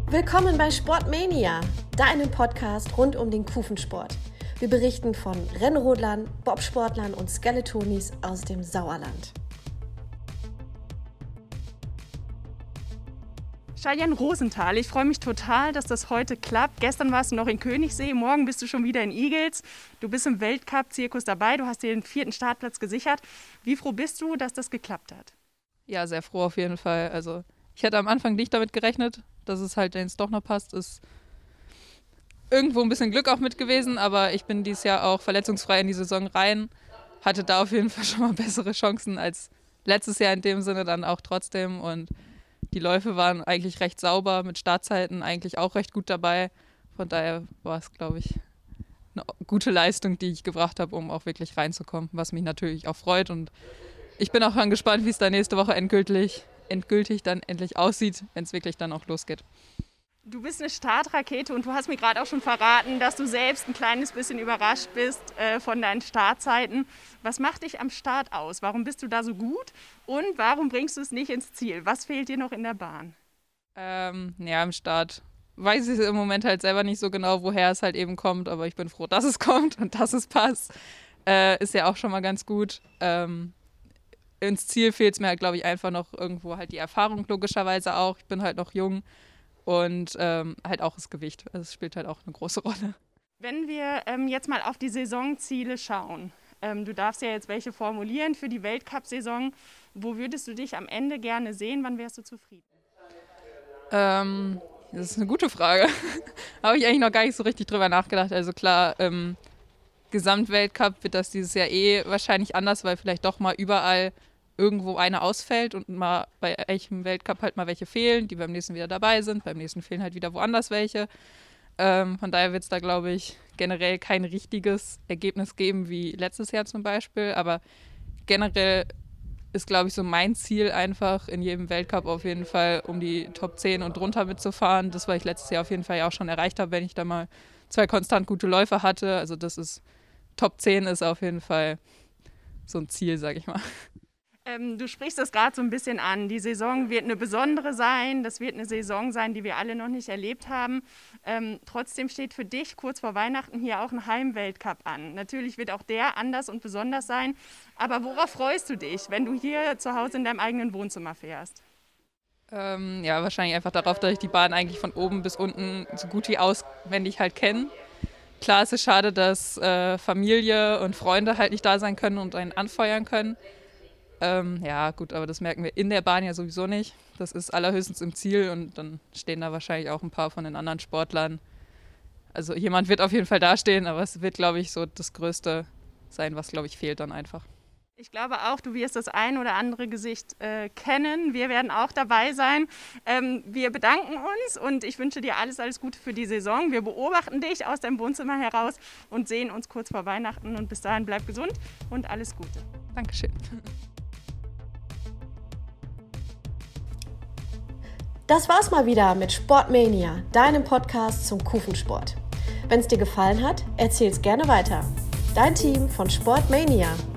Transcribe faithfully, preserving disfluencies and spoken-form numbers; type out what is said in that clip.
Willkommen bei Sportmania, deinem Podcast rund um den Kufensport. Wir berichten von Rennrodlern, Bobsportlern und Skeletonis aus dem Sauerland. Cheyenne Rosenthal, ich freue mich total, dass das heute klappt. Gestern warst du noch in Königssee, morgen bist du schon wieder in Igels. Du bist im Weltcup-Zirkus dabei, du hast dir den vierten Startplatz gesichert. Wie froh bist du, dass das geklappt hat? Ja, sehr froh auf jeden Fall. Also ich hätte am Anfang nicht damit gerechnet, dass es halt jetzt doch noch passt. Ist irgendwo ein bisschen Glück auch mit gewesen, aber ich bin dieses Jahr auch verletzungsfrei in die Saison rein. Hatte da auf jeden Fall schon mal bessere Chancen als letztes Jahr in dem Sinne dann auch trotzdem. Und die Läufe waren eigentlich recht sauber, mit Startzeiten eigentlich auch recht gut dabei. Von daher war es, glaube ich, eine gute Leistung, die ich gebracht habe, um auch wirklich reinzukommen, was mich natürlich auch freut. Und ich bin auch dann gespannt, wie es dann nächste Woche endgültig, endgültig dann endlich aussieht, wenn es wirklich dann auch losgeht. Du bist eine Startrakete und du hast mir gerade auch schon verraten, dass du selbst ein kleines bisschen überrascht bist äh, von deinen Startzeiten. Was macht dich am Start aus? Warum bist du da so gut und warum bringst du es nicht ins Ziel? Was fehlt dir noch in der Bahn? Ähm, ja, am Start weiß ich im Moment halt selber nicht so genau, woher es halt eben kommt, aber ich bin froh, dass es kommt und dass es passt. Äh, ist ja auch schon mal ganz gut. Ähm, ins Ziel fehlt es mir halt, glaube ich, einfach noch irgendwo halt die Erfahrung logischerweise auch. Ich bin halt noch jung. Und ähm, halt auch das Gewicht. Also es spielt halt auch eine große Rolle. Wenn wir ähm, jetzt mal auf die Saisonziele schauen, ähm, du darfst ja jetzt welche formulieren für die Weltcup-Saison. Wo würdest du dich am Ende gerne sehen? Wann wärst du zufrieden? Ähm, das ist eine gute Frage. Habe ich eigentlich noch gar nicht so richtig drüber nachgedacht. Also klar, ähm, Gesamtweltcup wird das dieses Jahr eh wahrscheinlich anders, weil vielleicht doch mal überall irgendwo eine ausfällt und mal bei welchem Weltcup halt mal welche fehlen, die beim nächsten wieder dabei sind. Beim nächsten fehlen halt wieder woanders welche. Ähm, von daher wird es da, glaube ich, generell kein richtiges Ergebnis geben wie letztes Jahr zum Beispiel. Aber generell ist, glaube ich, so mein Ziel einfach in jedem Weltcup auf jeden Fall um die Top zehn und drunter mitzufahren. Das, was ich letztes Jahr auf jeden Fall ja auch schon erreicht habe, wenn ich da mal zwei konstant gute Läufe hatte. Also das ist, Top zehn ist auf jeden Fall so ein Ziel, sage ich mal. Ähm, du sprichst das gerade so ein bisschen an. Die Saison wird eine besondere sein. Das wird eine Saison sein, die wir alle noch nicht erlebt haben. Ähm, trotzdem steht für dich kurz vor Weihnachten hier auch ein Heimweltcup an. Natürlich wird auch der anders und besonders sein. Aber worauf freust du dich, wenn du hier zu Hause in deinem eigenen Wohnzimmer fährst? Ähm, ja, wahrscheinlich einfach darauf, dass ich die Bahn eigentlich von oben bis unten so gut wie auswendig halt kenne. Klar, es ist schade, dass äh, Familie und Freunde halt nicht da sein können und einen anfeuern können. Ähm, ja, gut, aber das merken wir in der Bahn ja sowieso nicht. Das ist allerhöchstens im Ziel und dann stehen da wahrscheinlich auch ein paar von den anderen Sportlern. Also jemand wird auf jeden Fall dastehen, aber es wird, glaube ich, so das Größte sein, was, glaube ich, fehlt dann einfach. Ich glaube auch, du wirst das ein oder andere Gesicht äh, kennen. Wir werden auch dabei sein. Ähm, wir bedanken uns und ich wünsche dir alles, alles Gute für die Saison. Wir beobachten dich aus deinem Wohnzimmer heraus und sehen uns kurz vor Weihnachten. Und bis dahin bleib gesund und alles Gute. Dankeschön. Das war's mal wieder mit Sportmania, deinem Podcast zum Kufensport. Wenn es dir gefallen hat, erzähl's gerne weiter. Dein Team von Sportmania.